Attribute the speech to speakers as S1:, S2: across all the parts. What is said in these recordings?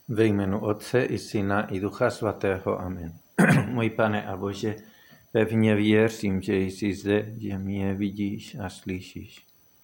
S1: Ve jménu Otce i Syna i Ducha Svatého. Amen. Můj Pane a Bože, pevně věřím, že jsi zde, že mě vidíš a slyšíš.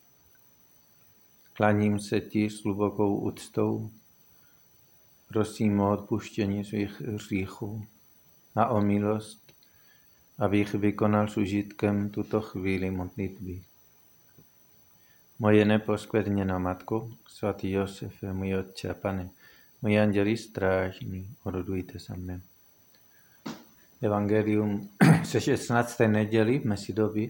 S1: Klaním se ti s hlubokou úctou, prosím o odpuštění svých hříchů a o milost, abych vykonal s užitkem tuto chvíli modlitby. Moje neposkvrněná Matko, svatý Josefe, můj Otče a Pane, můj anděli strážný, orodujte za mne. Evangelium se 16. neděli v Mesidoby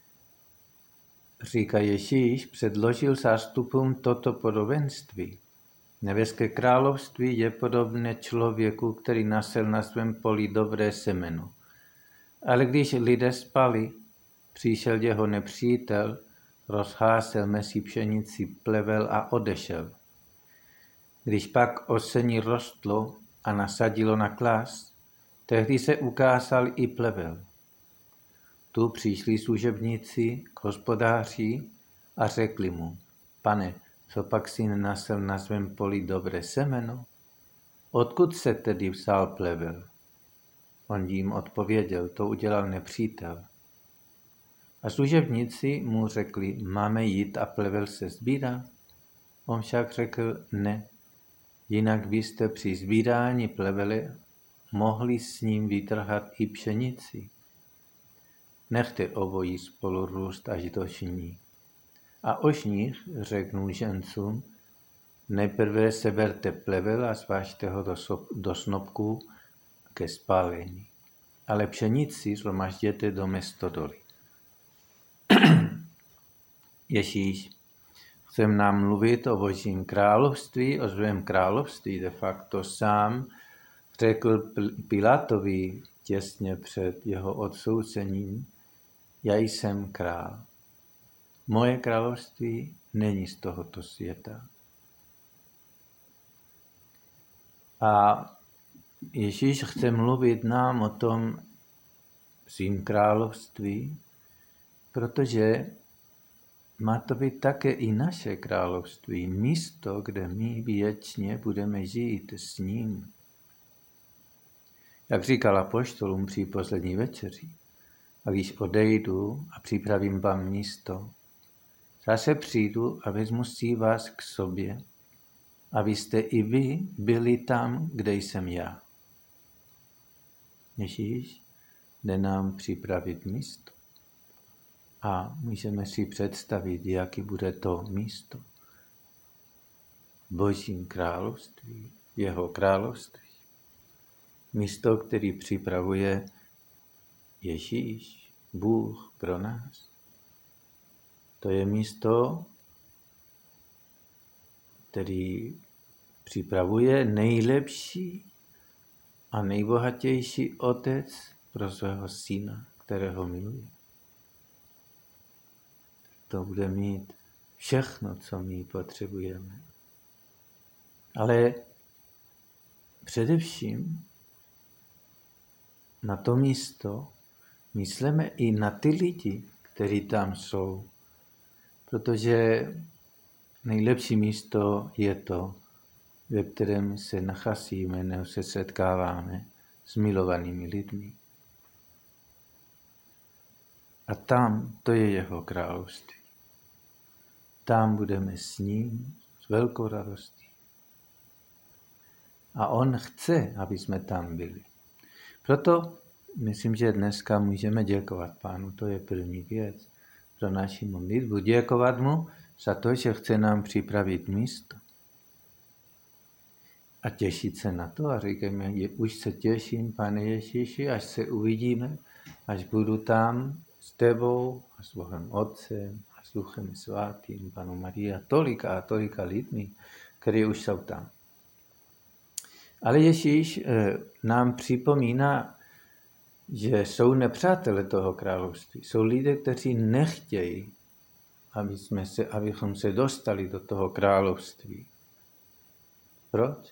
S1: říká Ježíš, předložil zástupům toto podobenství. Nebeské království je podobné člověku, který nasel na svém poli dobré semeno. Ale když lidé spali, přišel jeho nepřítel, rozházel mezi pšenici plevel a odešel. Když pak osení rostlo a nasadilo na klás, tehdy se ukázal i plevel. Tu přišli služebníci k hospodáři a řekli mu: Pane, co pak si nenasel na svém poli dobré semeno? Odkud se tedy vzal plevel? On jim odpověděl: to udělal nepřítel. A služebníci mu řekli: máme jít a plevel se sbírá? On však řekl: ne, jinak byste při sbírání plevele mohli s ním vytrhat i pšenici. Nechte obojí spolu růst až do žní. A o žních řeknul žencům: nejprve seberte plevel a svážte ho do snopků ke spálení. Ale pšenici shromažděte do mé stodoly. Ježíš chce nám mluvit o Božím království, o svém království. De facto sám řekl Pilátovi těsně před jeho odsouzením: já jsem král. Moje království není z tohoto světa. A Ježíš chce mluvit nám o tom svým království, protože má to být také i naše království, místo, kde my věčně budeme žít s ním. Jak říkal apoštolům při poslední večeři: a když odejdu a připravím vám místo, zase přijdu a vezmu si vás k sobě, abyste i vy byli tam, kde jsem já. Ježíš jde nám připravit místo. A můžeme si představit, jaký bude to místo. V Božím království, jeho království. Místo, který připravuje Ježíš, Bůh pro nás. To je místo, který připravuje nejlepší a nejbohatější otec pro svého syna, kterého miluje. To bude mít všechno, co my potřebujeme. Ale především na to místo myslíme i na ty lidi, kteří tam jsou. Protože nejlepší místo je to, ve kterém se nacházíme nebo se setkáváme s milovanými lidmi. A tam to je jeho království. Tam budeme s ním s velkou radostí. A on chce, aby jsme tam byli. Proto myslím, že dneska můžeme děkovat Pánu. To je první věc pro naši modlitbu. Děkovat mu za to, že chce nám připravit místo. A těšit se na to a říkáme: už se těším, Pane Ježíši, až se uvidíme, až budu tam s tebou a s Bohem Otcem a s Duchem Svatým, Panu Marii a tolika lidmi, kteří už jsou tam. Ale Ježíš nám připomíná, že jsou nepřátelé toho království. Jsou lidé, kteří nechtějí, abychom se dostali do toho království. Proč?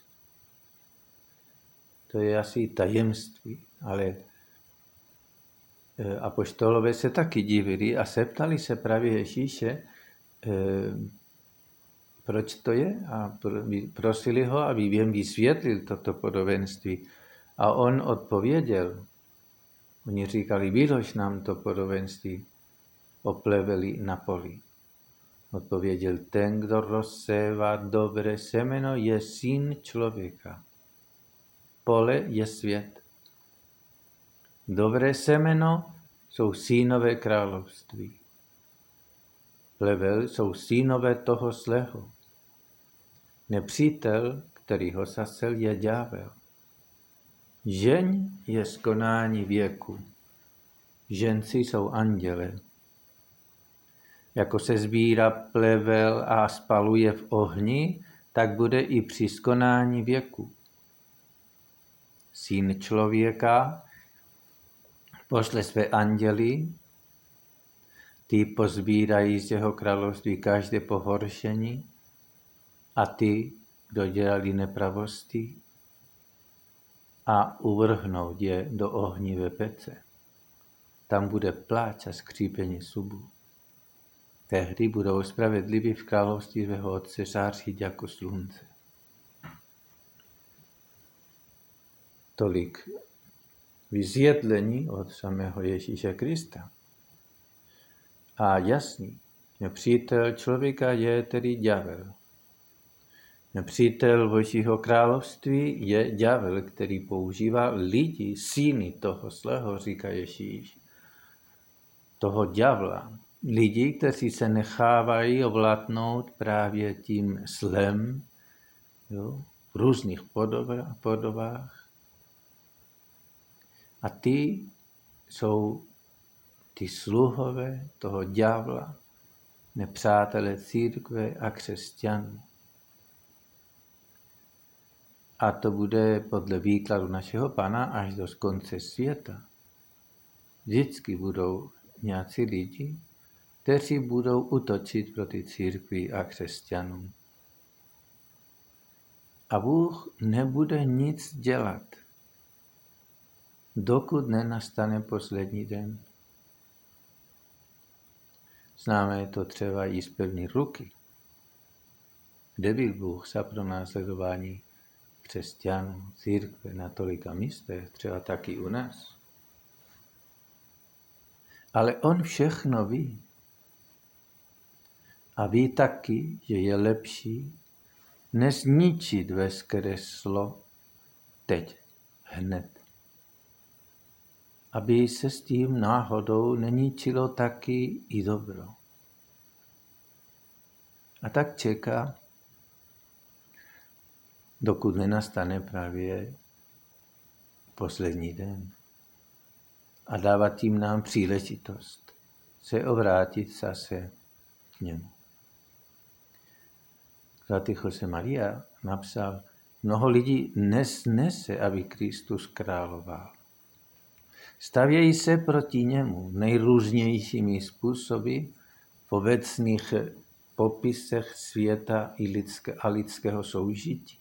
S1: To je asi tajemství, ale apoštolové se taky divili a zeptali se právě Ježíše, proč to je a prosili ho, aby jim vysvětlil toto podobenství. A on odpověděl, oni říkali, vylož nám to podobenství o pleveli na poli. Odpověděl, ten, kdo rozsévá dobré semeno, je syn člověka. Pole je svět. Dobré semeno jsou synové království. Plevel jsou synové toho zlého. Nepřítel, který ho zasel, je ďábel. Žeň je z konání věku. Ženci jsou anděle. Jako se sbírá plevel a spaluje v ohni, tak bude i při skonání věku. Syn člověka pošle své anděly, ty pozbírají z jeho království každé pohoršení a ty, kdo dělali nepravosti, a uvrhnout je do ohnivé pece. Tam bude pláč a skřípení zubů. Tehdy budou spravedliví v království svého Otce zářit jako slunce. Tolik vysvětlení od samého Ježíše Krista. A jasný, nepřítel člověka je tedy ďábel. Nepřítel Božího království je ďábel, který používá lidi, syny toho zlého, říká Ježíš. Toho ďábla. Lidi, kteří se nechávají ovládnout právě tím zlem, v různých podobách. A ty jsou ty sluhové toho ďábla, nepřátelé církve a křesťanů. A to bude podle výkladu našeho Pana až do konce světa. Vždycky budou nějací lidi, kteří budou útočit proti církvi a křesťanům. A Bůh nebude nic dělat, dokud nenastane poslední den. Známe to třeba i z první ruky. Kde byl Bůh za pronásledování křesťanů, církve na tolika místech, třeba taky u nás. Ale on všechno ví. A ví taky, že je lepší nezničit veškeré zlo teď, hned. Aby se s tím náhodou neničilo taky i dobro. A tak čeká, dokud nenastane právě poslední den. A dává tím nám příležitost se obrátit zase k němu. Svatý Josemaria napsal, mnoho lidí nesnese, aby Kristus královal. Stavějí se proti němu nejrůznějšími způsoby v obecných popisech světa a lidského soužití.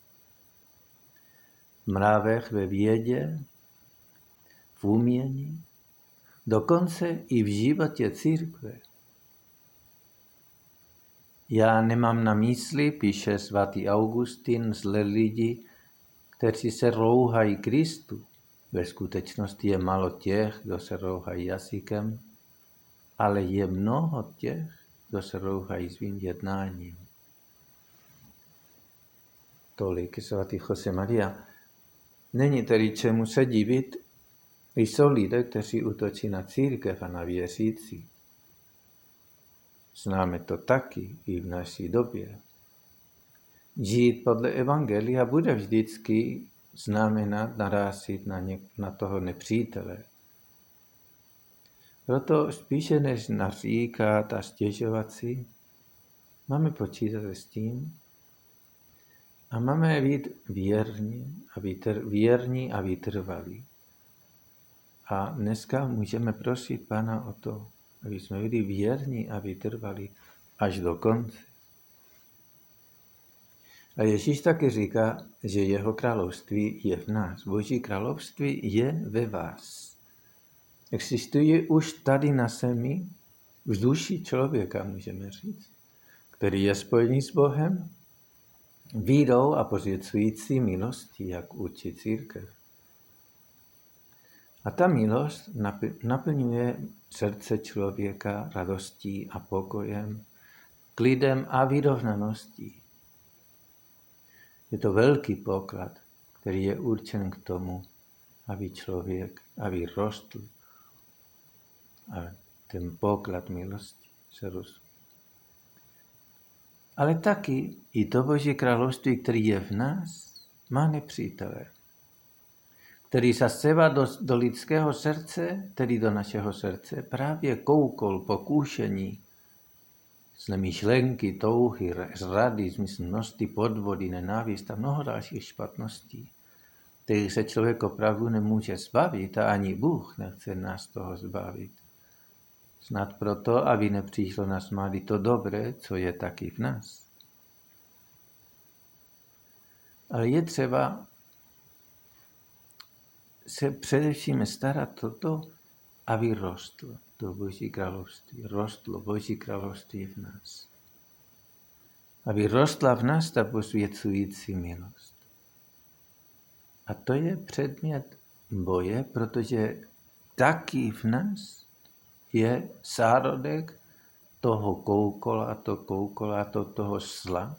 S1: V mravech ve vědě, v umění, dokonce i v životě církve. Já nemám na mysli, píše svatý Augustin, zlé lidi, kteří se rouhají Kristu. Ve skutečnosti je málo těch, kdo se rouhají jazykem, ale je mnoho těch, kdo se rouhají svým jednáním. Tolik svatý Josemaria. Není tedy čemu se divit, jsou lidé, kteří útočí na církev a na věřící. Známe to taky i v naší době. Žít podle evangelia bude vždycky znamenat narazit na toho nepřítele. Proto spíše než naříkat a stěžovat si, máme počítat s tím a máme být věrní a vytrvalí. A dneska můžeme prosit Pána o to, aby jsme byli věrní a vytrvali až do konce. A Ježíš taky říká, že jeho království je v nás. Boží království je ve vás. Existuje už tady na zemi, v duši člověka, můžeme říct, který je spojený s Bohem, vírou a posvěcující milostí, jak učí církev. A ta milost naplňuje srdce člověka radostí a pokojem, klidem a vyrovnaností. Je to velký poklad, který je určen k tomu, aby člověk, aby rostl. A ten poklad milosti se rostl. Ale taky i to Boží království, který je v nás, má nepřítele, který zaseva do lidského srdce, tedy do našeho srdce, právě koukol, pokušení, zlé myšlenky, touhy, zrady, zmyslnosti, podvody, nenávist a mnoho dalších špatností, kterých se člověk opravdu nemůže zbavit a ani Bůh nechce nás toho zbavit. Snad proto, aby nepřišlo na smády to dobré, co je taky v nás. Ale je třeba se především starat o to, aby rostlo to Boží království. Rostlo Boží království v nás. Aby rostla v nás ta posvěcující milost. A to je předmět boje, protože taky v nás je zárodek toho koukola, toho zla.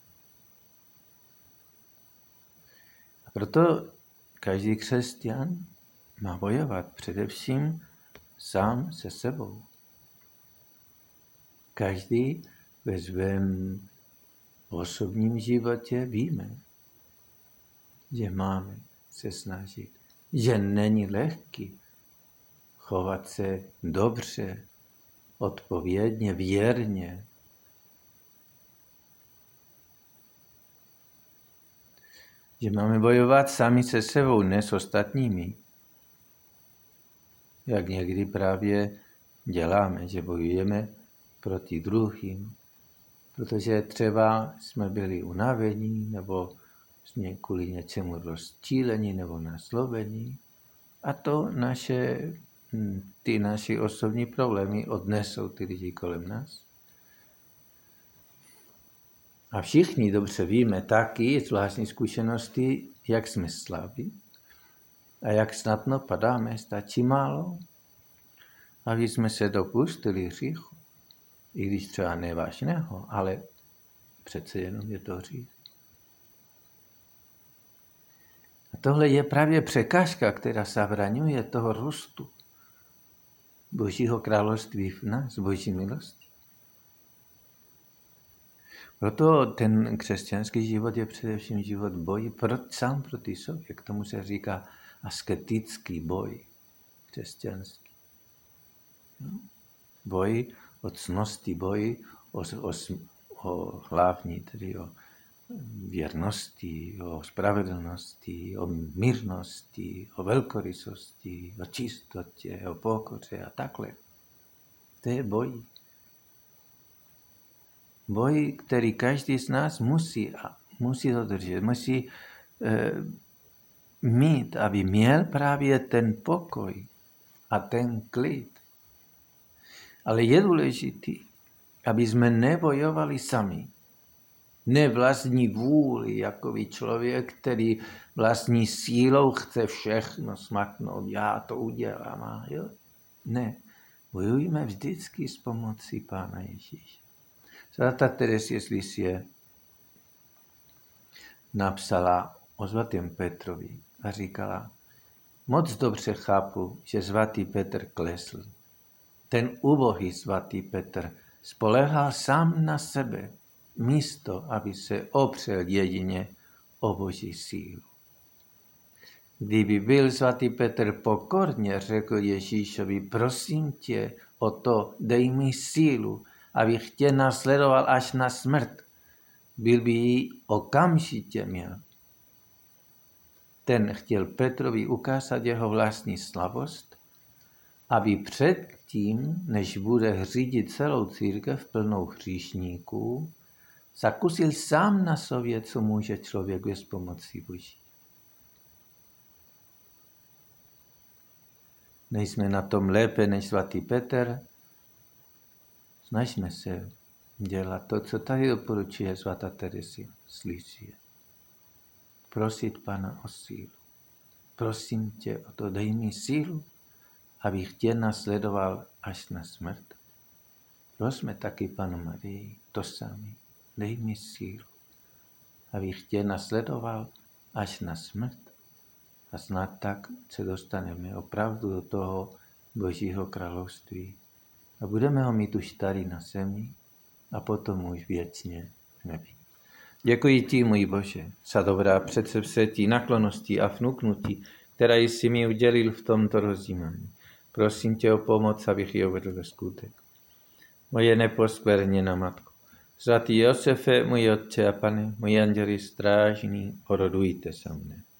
S1: A proto každý křesťan má bojovat především sám se sebou. Každý ve svém osobním životě víme, že máme se snažit, že není lehký chovat se dobře, odpovědně, věrně. Že máme bojovat sami se sebou, ne s ostatními. Jak někdy právě děláme, že bojujeme proti druhým, protože třeba jsme byli unavení, nebo jsme kvůli něčemu rozčílení nebo naslovení. A to ty naše osobní problémy odnesou ty lidi kolem nás. A všichni dobře víme taky z vlastní zkušenosti, jak jsme slabí a jak snadno padáme. Stačí málo, aby jsme se dopustili hříchu. I když třeba nevážného, ale přece jenom je to hřích. A tohle je právě překážka, která zabraňuje toho růstu Božího království v nás, Boží milosti. Proto ten křesťanský život je především život boji sám proti sobě. K tomu se říká asketický boj křesťanský. No? Boj o cnosti, boj o hlavní, tedy o věrnosti, o spravedlnosti, o mírnosti, o velkorysosti, o čistotě, o pokoře a takhle. To je boj. Boj, který každý z nás musí dodržet, musí mít, aby měl právě ten pokoj a ten klid. Ale je důležitý, aby jsme nebojovali sami. Ne vlastní vůli, jakový člověk, který vlastní sílou chce všechno smaknout. Já to udělám. Jo? Ne, bojujeme vždycky s pomocí Pána Ježíše. Svatá Terezie z Lisie napsala o svatém Petrovi a říkala, moc dobře chápu, že svatý Petr klesl. Ten ubohý svatý Petr spoléhal sám na sebe, místo, aby se opřel jedině o Boží sílu. Kdyby byl svatý Petr pokorně, řekl Ježíšovi, prosím tě o to, dej mi sílu, abych tě nasledoval až na smrt, byl by ji okamžitě měl. Ten chtěl Petrovi ukázat jeho vlastní slabost, aby předtím, než bude řídit celou církev plnou hříšníků, zakusil sám na sobě, co může člověk bez pomoci Boží. Nejsme na tom lépe než svatý Petr, snažíme se dělat to, co tady doporučuje svatá Teresia z Lisie. Prosit Pana o sílu. Prosím tě o to, dej mi sílu, abych tě nasledoval až na smrt. Prosme taky Panu Marii to samé. Dej mi sílu, abych tě nasledoval až na smrt. A snad tak se dostaneme opravdu do toho Božího království. A budeme ho mít už tady na zemi a potom už věčně v nebi. Děkuji ti, můj Bože, za dobrá předsevzetí, naklonosti a vnuknutí, která jsi mi udělil v tomto rozjímání. Prosím tě o pomoc, abych ji uvedl ve skutek. Moje neposkvrněná Matko, svatý Josefe, můj Otče a Pane, můj anděli strážný, orodujte za mne.